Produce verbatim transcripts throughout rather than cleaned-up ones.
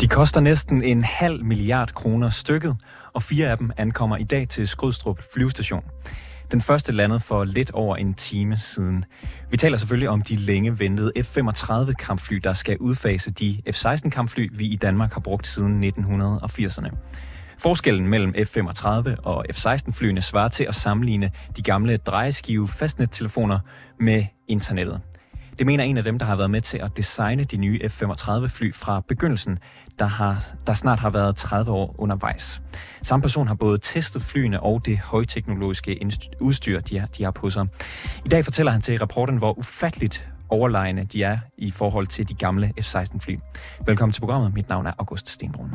De koster næsten en halv milliard kroner stykket, og fire af dem ankommer i dag til Skrydstrup flyvestation. Den første landede for lidt over en time siden. Vi taler selvfølgelig om de længe ventede F femogtredive kampfly, der skal udfase de F seksten kampfly, vi i Danmark har brugt siden nitten firserne. Forskellen mellem F femogtredive og F seksten flyene svarer til at sammenligne de gamle drejeskive fastnettelefoner med internettet. Det mener en af dem, der har været med til at designe de nye F femogtredive fly fra begyndelsen, der, har, der snart har været tredive år undervejs. Samme person har både testet flyene og det højteknologiske udstyr, de har, de har på sig. I dag fortæller han til rapporten, hvor ufatteligt overlegne de er i forhold til de gamle F seksten fly. Velkommen til programmet. Mit navn er August Stenbrun.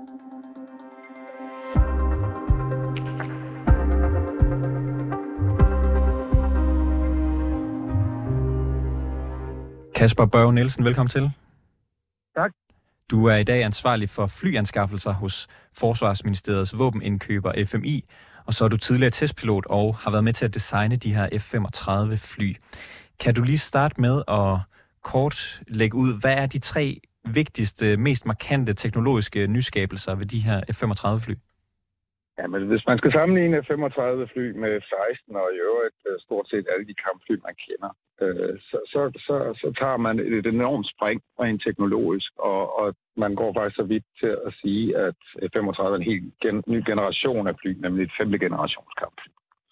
Kasper Børge Nielsen, velkommen til. Tak. Du er i dag ansvarlig for flyanskaffelser hos Forsvarsministeriets våbenindkøber F M I, og så er du tidligere testpilot og har været med til at designe de her F femogtredive fly. Kan du lige starte med at kort lægge ud, hvad er de tre vigtigste, mest markante teknologiske nyskabelser ved de her F femogtredive fly? Ja, men hvis man skal sammenligne F femogtredive fly med F seksten og i øvrigt stort set alle de kampfly, man kender, øh, så, så, så, så tager man et enormt spring rent teknologisk, og, og man går faktisk så vidt til at sige, at F femogtredive er en helt gen, ny generation af fly, nemlig et femte generations kampfly.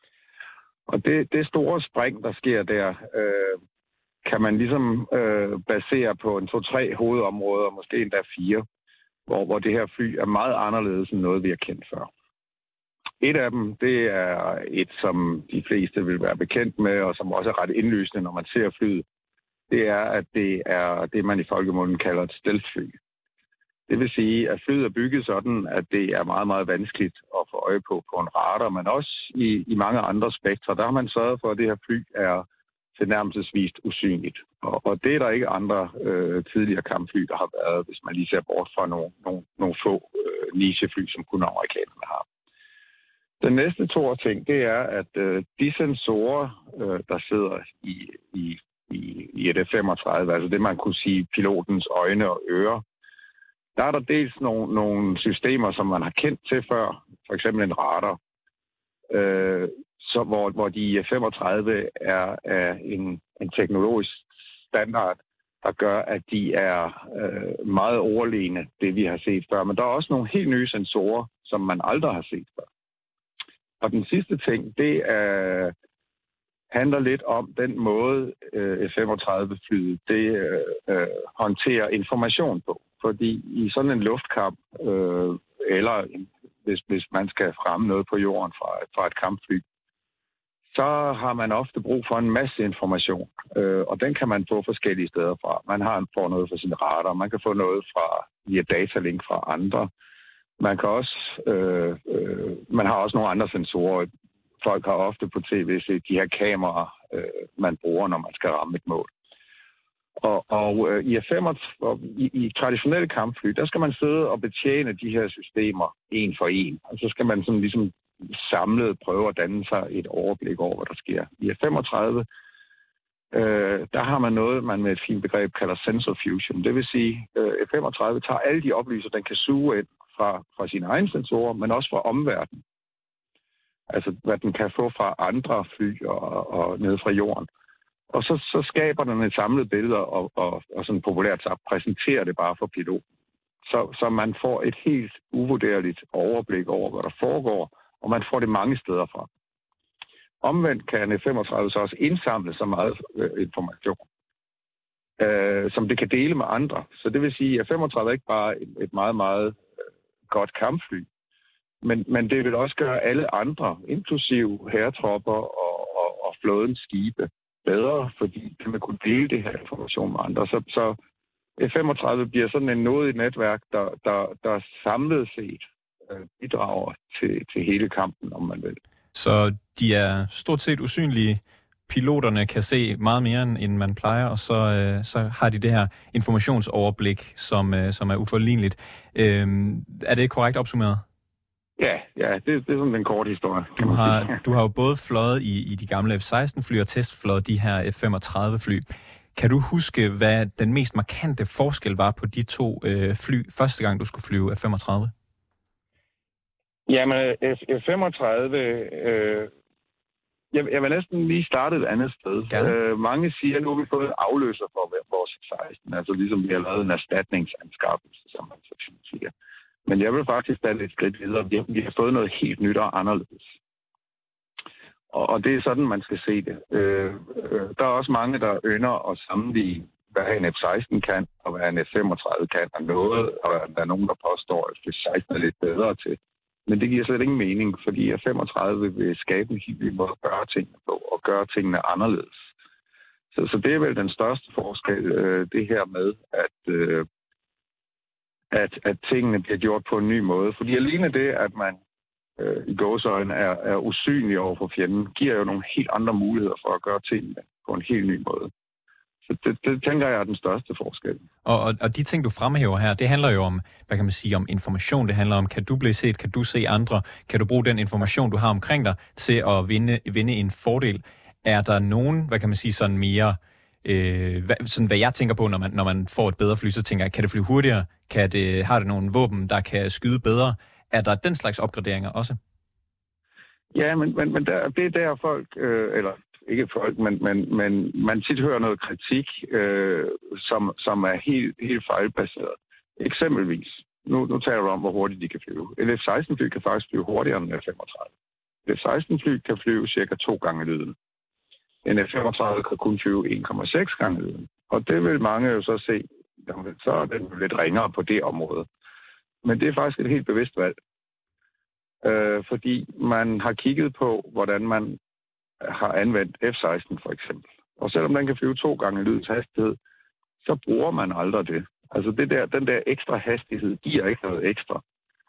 Og det, det store spring, der sker der, øh, kan man ligesom øh, basere på en to-tre hovedområder, måske endda fire, hvor, hvor det her fly er meget anderledes end noget, vi har kendt før. Et af dem, det er et, som de fleste vil være bekendt med, og som også er ret indlysende, når man ser flyet. Det er, at det er det, man i folkemunden kalder et stealthfly. Det vil sige, at flyet er bygget sådan, at det er meget, meget vanskeligt at få øje på på en radar, men også i, i mange andre spektre. Der har man sørget for, at det her fly er tilnærmelsesvist usynligt. Og, og det er der ikke andre øh, tidligere kampfly, der har været, hvis man lige ser bort fra nogle, nogle, nogle få øh, nichefly, som kun amerikanerne har. Den næste to ting, det er, at øh, de sensorer, øh, der sidder i, i, i, i et F femogtredive, altså det man kunne sige pilotens øjne og ører, der er der dels nogle, nogle systemer, som man har kendt til før, for eksempel en radar, øh, så, hvor, hvor de F femogtredive er, er en, en teknologisk standard, der gør, at de er øh, meget overlegne det, vi har set før. Men der er også nogle helt nye sensorer, som man aldrig har set før. Og den sidste ting, det er, handler lidt om den måde, øh, F femogtredive-flyet det, øh, håndterer information på. Fordi i sådan en luftkamp, øh, eller hvis, hvis man skal fremme noget på jorden fra, fra et kampfly, så har man ofte brug for en masse information. Øh, og den kan man få forskellige steder fra. Man har får noget fra sin radar, man kan få noget fra via datalink fra andre. Man kan også, øh, øh, man har også nogle andre sensorer. Folk har ofte på tv set de her kameraer, øh, man bruger, når man skal ramme et mål. Og, og øh, i, F femogtredive, i, i traditionelle kampfly, der skal man sidde og betjene de her systemer en for en. Og så skal man sådan ligesom samlet prøve at danne sig et overblik over, hvad der sker. I F femogtredive, øh, der har man noget, man med et fint begreb kalder sensor fusion. Det vil sige, øh, F femogtredive tager alle de oplysninger, den kan suge ind fra, fra sine egne sensorer, men også fra omverdenen. Altså, hvad den kan få fra andre fly og, og ned fra jorden. Og så, så skaber den et samlet billede, og, og, og sådan populært sagt præsenterer det bare for piloten. Så, så man får et helt uvurderligt overblik over, hvad der foregår, og man får det mange steder fra. Omvendt kan F femogtredive så også indsamle så meget øh, information, øh, som det kan dele med andre. Så det vil sige, at F femogtredive er ikke bare et, et meget, meget godt kampfly, men, men det vil også gøre alle andre, inklusive hærtropper og, og, og flådens skibe, bedre, fordi de vil kunne dele det her information med andre. Så, så F femogtredive bliver sådan en noget netværk, der, der, der samlet set øh, bidrager til, til hele kampen, om man vil. Så de er stort set usynlige. Piloterne kan se meget mere, end man plejer, og så, øh, så har de det her informationsoverblik, som, øh, som er uforligneligt. Øh, er det korrekt opsummeret? Ja, ja det, det er sådan en kort historie. Du har, du har jo både fløjet i, i de gamle F seksten fly og testfløjet de her F femogtredive fly. Kan du huske, hvad den mest markante forskel var på de to øh, fly, første gang du skulle flyve F femogtredive? Jamen, F femogtredive... Øh, jeg, jeg vil næsten lige starte et andet sted. Øh, mange siger, at nu har vi fået en afløser for vores F seksten. Altså ligesom vi har lavet en erstatningsanskaffelse, som man så siger. Men jeg vil faktisk tage lidt skridt videre. Vi har, vi har fået noget helt nyt og anderledes. Og, og det er sådan, man skal se det. Øh, øh, der er også mange, der ynder at sammenligne, hvad en F seksten kan, og hvad en F femogtredive kan, og noget, og der er nogen, der påstår, at F seksten er lidt bedre til. Men det giver slet ingen mening, fordi F femogtredive vil skabe en helt ny måde at gøre tingene på, og gøre tingene anderledes. Så, så det er vel den største forskel, øh, det her med, at, øh, at, at tingene bliver gjort på en ny måde. Fordi alene det, at man øh, i gåseøjne er, er usynlig over for fjenden, giver jo nogle helt andre muligheder for at gøre tingene på en helt ny måde. Så det, det tænker jeg er den største forskel. Og, og, og de ting, du fremhæver her, det handler jo om, hvad kan man sige, om information. Det handler om, kan du blive set, kan du se andre, kan du bruge den information, du har omkring dig, til at vinde, vinde en fordel. Er der nogen, hvad kan man sige, sådan mere, øh, hvad, sådan hvad jeg tænker på, når man, når man får et bedre fly, så tænker jeg, kan det flyve hurtigere? Kan det, har det nogle våben, der kan skyde bedre? Er der den slags opgraderinger også? Ja, men, men, men der, det er der folk, øh, eller ikke folk, men, men, men man tit hører noget kritik, øh, som, som er helt, helt fejlbaseret. Eksempelvis, nu, nu taler du om, hvor hurtigt de kan flyve. En F seksten fly kan faktisk flyve hurtigere end en F femogtredive. En F seksten fly kan flyve cirka to gange lyden. En F femogtredive kan kun flyve en komma seks gange lyden. Og det vil mange jo så se, jamen, så er den lidt ringere på det område. Men det er faktisk et helt bevidst valg. Øh, fordi man har kigget på, hvordan man har anvendt F seksten for eksempel. Og selvom den kan flyve to gange lydens hastighed, så bruger man aldrig det. Altså det der, den der ekstra hastighed giver ikke noget ekstra.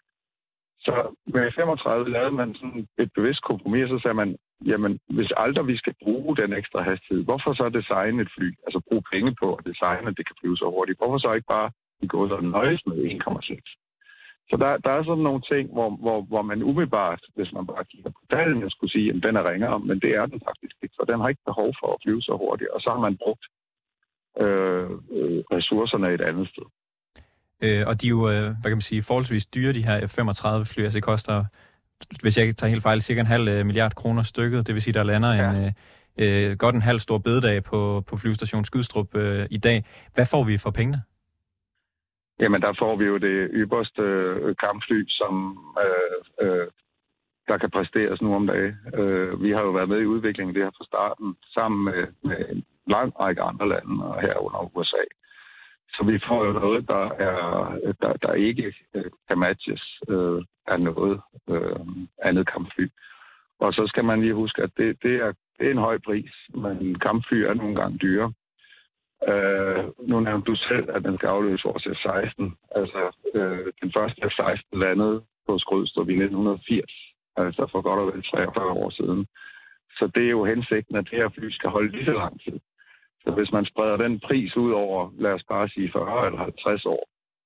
Så med F femogtredive lavede man sådan et bevidst kompromis, så sagde man, jamen hvis aldrig vi skal bruge den ekstra hastighed, hvorfor så designe et fly? Altså bruge penge på at designe, at det kan flyve så hurtigt. Hvorfor så ikke bare gå så nøjes med en komma seks? Så der, der er sådan nogle ting, hvor, hvor, hvor man umiddelbart, hvis man bare kigger på tallene, skulle sige, at den er ringere, men det er den faktisk ikke, for den har ikke behov for at flyve så hurtigt, og så har man brugt øh, ressourcerne et andet sted. Øh, og de er jo, hvad kan man sige, forholdsvis dyre, de her F femogtredive fly, altså det koster, hvis jeg ikke tager helt fejl, cirka en halv milliard kroner stykket, det vil sige, der lander ja. en, øh, godt en halv stor bededag på, på flyvestation Skrydstrup øh, i dag. Hvad får vi for pengene? Jamen, der får vi jo det ypperste øh, kampfly, som øh, øh, der kan præsteres nu om dagen. Øh, vi har jo været med i udviklingen af det her fra starten, sammen med, med en lang række andre lande, og herunder U S A. Så vi får jo noget, der, er, der, der ikke øh, kan matches øh, af noget øh, andet kampfly. Og så skal man lige huske, at det, det, er, det er en høj pris, men kampfly er nogle gange dyre. Uh, nu nævnte du selv, at den skal afløse vores F seksten. Altså, uh, den første F seksten landede på Skrydstrup i nitten firs, altså for godt og vel treogfyrre år siden. Så det er jo hensigten, at det her fly skal holde lige så lang tid. Så hvis man spreder den pris ud over, lad os bare sige fyrre eller halvtreds år,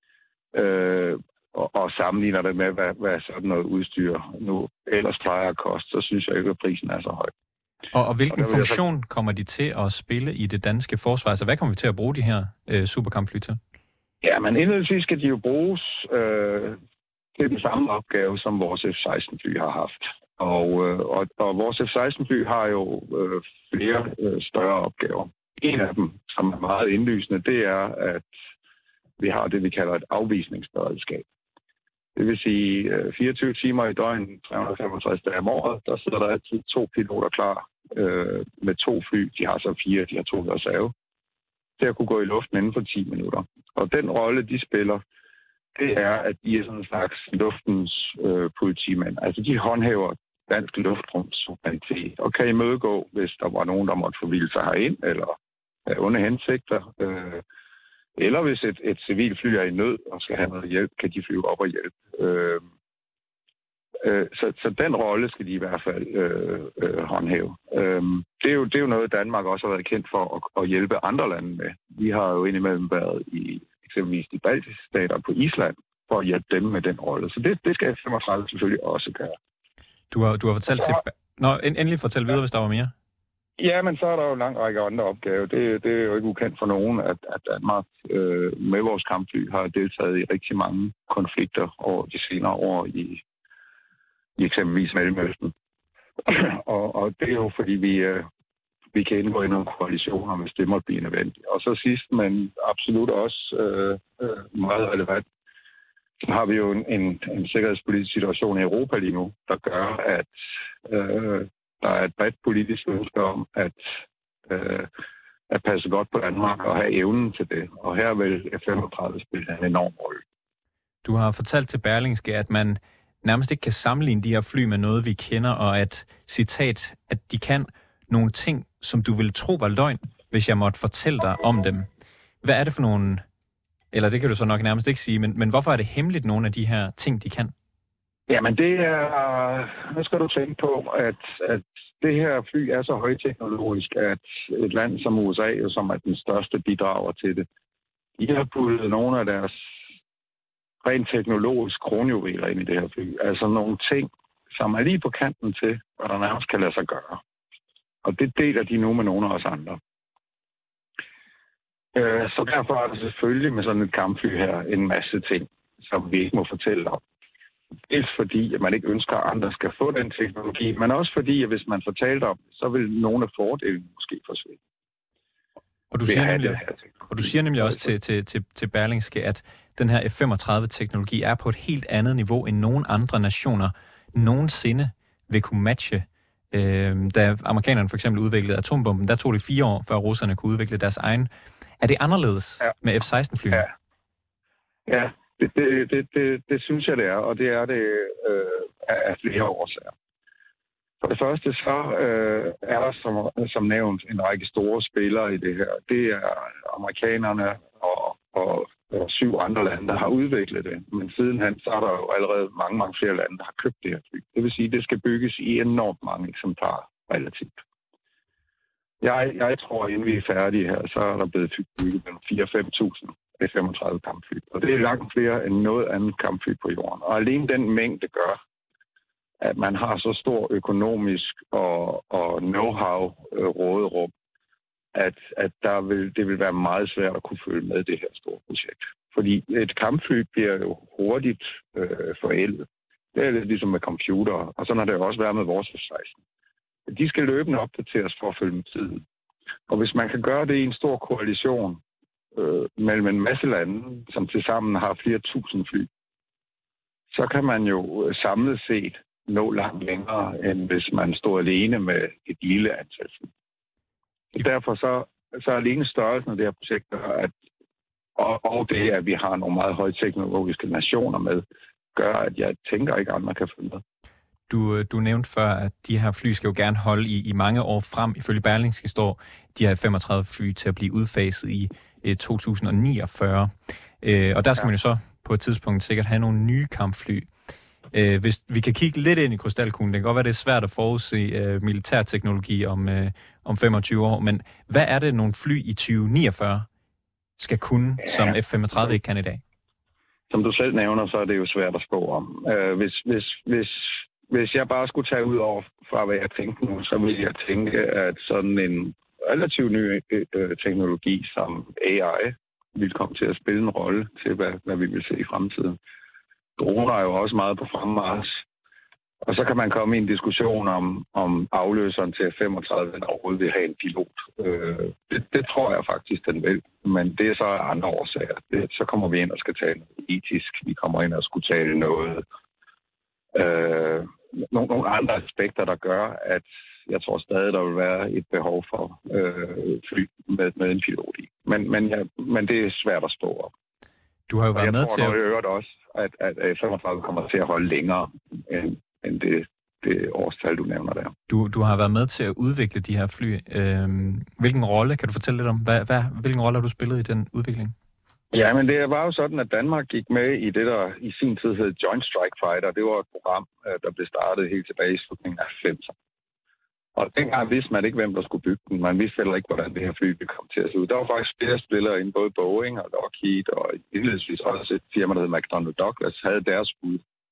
uh, og, og sammenligner det med, hvad, hvad sådan noget udstyr nu ellers plejer at koste, så synes jeg ikke, at prisen er så høj. Og, og hvilken og funktion så... kommer de til at spille i det danske forsvar? Altså, hvad kommer vi til at bruge de her øh, superkampfly til? Ja, men indledningsvis skal de jo bruges øh, til den samme opgave, som vores F seksten fly har haft. Og, øh, og, og vores F seksten fly har jo øh, flere øh, større opgaver. En af dem, som er meget indlysende, det er, at vi har det, vi kalder et afvisningsberedskab. Det vil sige fireogtyve timer i døgnet, tre hundrede og femogtres dage om året, der sidder der altid to piloter klar øh, med to fly. De har så fire, de har to reserve, til at kunne gå i luften inden for ti minutter. Og den rolle, de spiller, det er, at de er sådan en slags luftens øh, politimænd. Altså de håndhæver dansk luftrums suverænitet og kan imødegå, hvis der var nogen, der måtte forvilde sig herind, eller øh, under hensigter. Øh, Eller hvis et, et civilt fly er i nød og skal have noget hjælp, kan de flyve op og hjælpe. Øh, øh, så, så den rolle skal de i hvert fald øh, øh, håndhæve. Øh, det, er jo, det er jo noget, Danmark også har været kendt for at, at hjælpe andre lande med. Vi har jo indimellem været i eksempelvis de baltiske stater på Island for at hjælpe dem med den rolle. Så det, det skal F femogtredive selvfølgelig også gøre. Du har, du har fortalt så... til... Nå, endelig fortæl videre, ja. Hvis der var mere. Ja, men så er der jo en lang række andre opgaver. Det, det er jo ikke ukendt for nogen, at, at Danmark øh, med vores kampfly har deltaget i rigtig mange konflikter over de senere år i, i eksempelvis Mellemøsten. og, og det er jo fordi, vi, øh, vi kan indgå i nogle koalitioner, hvis det måtte blive nødvendigt. Og så sidst, men absolut også øh, øh, meget relevant, så har vi jo en, en, en sikkerhedspolitisk situation i Europa lige nu, der gør, at øh, der er et bredt politisk ønske om at, øh, at passe godt på Danmark og have evnen til det. Og her vil F femogtredive spille en enorm rolle. Du har fortalt til Berlingske, at man nærmest ikke kan sammenligne de her fly med noget, vi kender, og at, citat, at de kan nogle ting, som du ville tro var løgn, hvis jeg måtte fortælle dig om dem. Hvad er det for nogle, eller det kan du så nok nærmest ikke sige, men, men hvorfor er det hemmeligt, nogle af de her ting, de kan? Jamen det er, nu skal du tænke på, at, at det her fly er så højteknologisk, at et land som U S A, jo, som er den største bidrager til det, de har puttet nogle af deres rent teknologisk kronjuveler ind i det her fly. Altså nogle ting, som er lige på kanten til, hvad der nærmest kan lade sig gøre. Og det deler de nu med nogle af os andre. Så derfor er der selvfølgelig med sådan et kampfly her en masse ting, som vi ikke må fortælle om. Dels fordi, at man ikke ønsker, at andre skal få den teknologi, men også fordi, at hvis man fortalte om så vil nogle af fordelene måske forsvinde. Og du siger nemlig, og du siger nemlig også til, til, til, til Berlingske, at den her F femogtredive-teknologi er på et helt andet niveau, end nogen andre nationer nogensinde vil kunne matche. Øh, da amerikanerne for eksempel udviklede atombomben, der tog det fire år, før russerne kunne udvikle deres egen. Er det anderledes ja. med F seksten-flyene? Ja, ja. Det, det, det, det, det synes jeg, det er, og det er det øh, af flere årsager. For det første så øh, er der som, som nævnt en række store spillere i det her. Det er amerikanerne og, og, og syv andre lande, der har udviklet det. Men sidenhen så er der jo allerede mange, mange flere lande, der har købt det her fly. Det vil sige, at det skal bygges i enormt mange eksemplarer relativt. Jeg, jeg tror, at inden vi er færdige her, så er der blevet bygget mellem fire til fem tusind F femogtredive kampfly. Og det er langt flere end noget andet kampfly på jorden. Og alene den mængde gør, at man har så stor økonomisk og, og know-how øh, råderum, at, at der vil, det vil være meget svært at kunne følge med det her store projekt. Fordi et kampfly bliver jo hurtigt øh, forældet. Det er lidt ligesom med computere, og sådan har det jo også været med vores F seksten. De skal løbende opdateres for at følge med tiden. Og hvis man kan gøre det i en stor koalition øh, mellem en masse lande, som tilsammen har flere tusind fly, så kan man jo samlet set nå langt længere, end hvis man står alene med et lille antal fly. Derfor så, så er alene størrelsen af det her projekt, at, og, og det, at vi har nogle meget højteknologiske nationer med, gør, at jeg tænker ikke, at andre kan følge med. Du, du nævnte før, at de her fly skal jo gerne holde i, i mange år frem. Ifølge Berlingske står de her F femogtredive fly til at blive udfaset i eh, to tusind niogfyrre. Eh, og der skal ja. man jo så på et tidspunkt sikkert have nogle nye kampfly. Eh, hvis vi kan kigge lidt ind i krystalkuglen, det kan godt være, det er svært at forudse eh, militærteknologi om, eh, om femogtyve år, men hvad er det, nogle fly i tyve niogfyrre skal kunne, ja. som F femogtredive ikke kan i dag? Som du selv nævner, så er det jo svært at spå om. Uh, hvis, hvis, hvis Hvis jeg bare skulle tage ud over fra, hvad jeg tænkte nu, så ville jeg tænke, at sådan en relativt ny øh, teknologi som A I ville komme til at spille en rolle til, hvad, hvad vi vil se i fremtiden. Droner er jo også meget på fremmarch. Og så kan man komme i en diskussion om, om afløseren til F femogtredive overhovedet vil have en pilot. Øh, det, det tror jeg faktisk, den vil. Men det er så andre årsager. Det, så kommer vi ind og skal tale noget etisk. Vi kommer ind og skulle tale noget Øh, nogle, nogle andre aspekter, der gør, at jeg tror stadig, der vil være et behov for øh, fly med, med en pilot i. Men, men, ja, men det er svært at spå op. Du har jo været med til at... Jeg tror øvrigt også, at, at F femogtredive kommer til at holde længere end, end det, det årstal, du nævner der. Du, du har været med til at udvikle de her fly. Øh, hvilken rolle, kan du fortælle lidt om? Hvad, hvad, hvilken rolle har du spillet i den udvikling? Ja, men det var jo sådan, at Danmark gik med i det, der i sin tid hed Joint Strike Fighter. Det var et program, der blev startet helt tilbage i slutningen af halvfemserne. Og dengang vidste man ikke, hvem der skulle bygge den. Man vidste heller ikke, hvordan det her fly ville komme til at se ud. Der var faktisk flere spillere inden, både Boeing og Lockheed, og indledningsvis også et firma, der hed McDonnell Douglas, havde deres bud.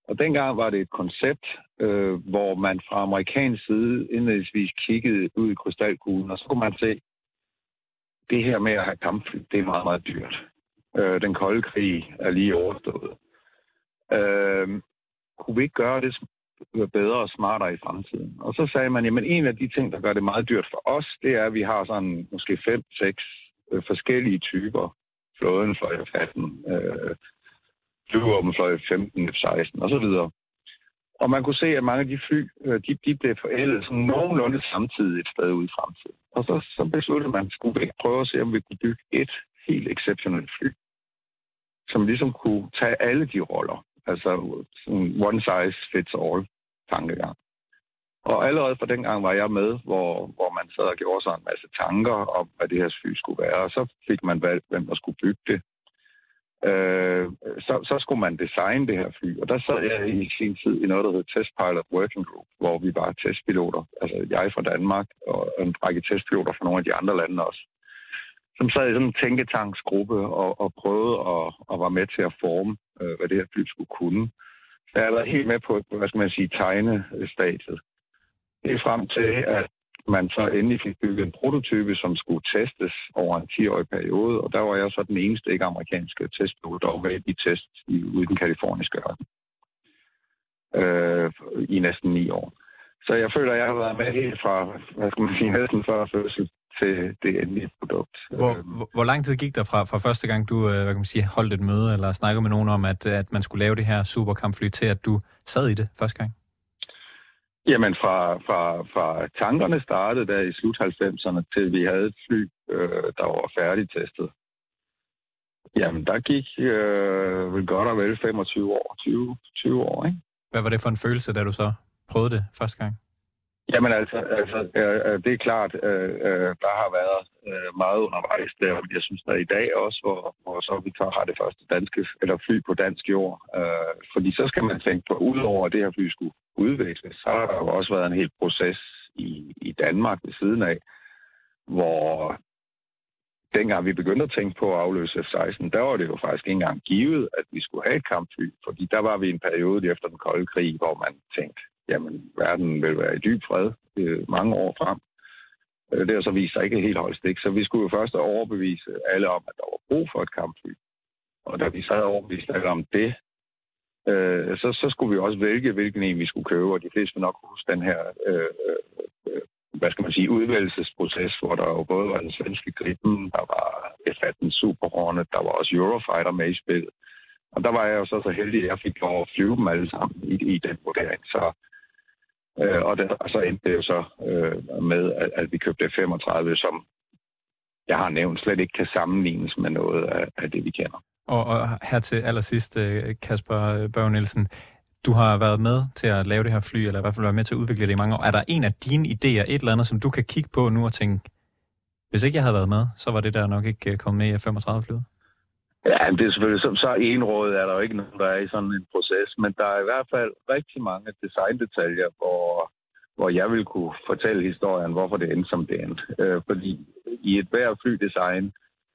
Og dengang var det et koncept, øh, hvor man fra amerikansk side indledningsvis kiggede ud i krystalkuglen, og så kunne man se, det her med at have kampfly, det er meget, meget dyrt. Øh, den kolde krig er lige overstået. Øh, kunne vi ikke gøre det bedre og smartere i fremtiden? Og så sagde man, jamen en af de ting, der gør det meget dyrt for os, det er, at vi har sådan måske fem, seks øh, forskellige typer. Flåden fløj F atten, øh, flyvåben fløj F femten, F seksten og så videre. Og man kunne se, at mange af de fly, de, de blev forældet sådan nogenlunde samtidig et sted ude i fremtiden. Og så, så besluttede man, at skulle ikke prøve at se, om vi kunne bygge et helt exceptionelt fly, som ligesom kunne tage alle de roller. Altså sådan one size fits all tankegang. Og allerede fra dengang var jeg med, hvor, hvor man sad og gjorde sig en masse tanker om, hvad det her fly skulle være. Og så fik man valgt, hvem der skulle bygge det. Øh, så, så skulle man designe det her fly. Og der sad jeg i sin tid i noget, der hed Test Pilot Working Group, hvor vi var testpiloter. Altså jeg fra Danmark og en række testpiloter fra nogle af de andre lande også. Som sad i sådan en tænketanksgruppe og, og prøvede at og var med til at forme, øh, hvad det her fly skulle kunne. Så jeg har været helt med på, hvad skal man sige, tegnestadiet. Det er frem til, at man så endelig fik bygget en prototype, som skulle testes over en ti-årig periode, og der var jeg så den eneste ikke-amerikanske testpilot, der var i test i, ude i den kaliforniske ørken øh, i næsten ni år. Så jeg føler, at jeg har været med helt fra, hvad skal man sige, næsten før fødsel til det endelige produkt. Hvor, hvor, hvor lang tid gik der fra, fra første gang, du hvad kan man sige, holdt et møde, eller snakkede med nogen om, at, at man skulle lave det her superkampfly, til at du sad i det første gang? Jamen, fra, fra, fra tankerne startede der i slut halvfemserne, til vi havde et fly, øh, der var færdigtestet. Jamen, der gik øh, vel godt og vel femogtyve år, tyve, tyve år, ikke? Hvad var det for en følelse, da du så prøvede det første gang? Jamen, altså, altså øh, det er klart, øh, øh, der har været øh, meget undervejs der, jeg synes, der er i dag også, hvor, hvor så vi tager har det første danske, eller fly på dansk jord. Øh, fordi så skal man tænke på, udover at det her fly skulle udvikles, så har der jo også været en hel proces i, i Danmark ved siden af, hvor dengang vi begyndte at tænke på at afløse F seksten, der var det jo faktisk ikke engang givet, at vi skulle have et kampfly, fordi der var vi i en periode efter den kolde krig, hvor man tænkte, jamen, verden vil være i dyb fred øh, mange år frem. Øh, det har så vist sig ikke helt holdt stik, så vi skulle jo først overbevise alle om, at der var brug for et kampfly. Og da vi så havde overbevist alle om det, øh, så, så skulle vi også vælge, hvilken en vi skulle købe, og de fleste vil nok huske den her, øh, øh, hvad skal man sige, udvælgelsesproces, hvor der jo både var den svenske Gripen, der var F atten Super Hornet, der var også Eurofighter med i spillet. Og der var jeg jo så så heldig, at jeg fik lov at flyve dem alle sammen i, i den vurdering. Så Øh, og, det, og så endte det jo så øh, med, at, at vi købte F femogtredive, som jeg har nævnt, slet ikke kan sammenlignes med noget af, af det, vi kender. Og, og her til allersidst, Kasper Børge Nielsen, du har været med til at lave det her fly, eller i hvert fald været med til at udvikle det i mange år. Er der en af dine idéer, et eller andet, som du kan kigge på nu og tænke, hvis ikke jeg havde været med, så var det der nok ikke kommet med i F femogtredive-flyet? Ja, det er selvfølgelig, så, så enrådet er der jo ikke nogen, der er i sådan en proces, men der er i hvert fald rigtig mange designdetaljer, hvor, hvor jeg vil kunne fortælle historien, hvorfor det endte, som det endte. Øh, fordi i et hver flydesign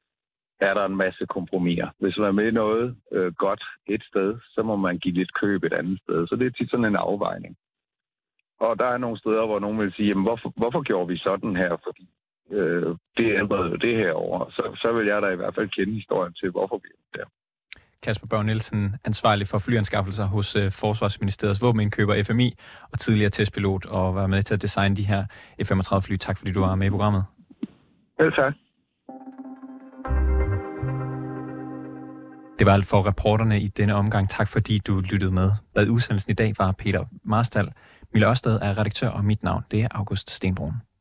er der en masse kompromiser. Hvis man er med noget øh, godt et sted, så må man give lidt køb et andet sted. Så det er tit sådan en afvejning. Og der er nogle steder, hvor nogen vil sige, jamen, hvorfor, hvorfor gjorde vi sådan her? Fordi øh, det ændrede jo det her over. Så, så vil jeg da i hvert fald kende historien til, hvorfor vi er der. Kasper Børge Nielsen, ansvarlig for flyanskaffelser hos uh, Forsvarsministeriets våbenindkøber F M I og tidligere testpilot, og var med til at designe de her F femogtredive-fly. Tak fordi du var med i programmet. Vel tak. Det var alt for reporterne i denne omgang. Tak fordi du lyttede med. Bad udsendelsen i dag var Peter Marstal. Mille Ørsted er redaktør, og mit navn det er August Stenbrun.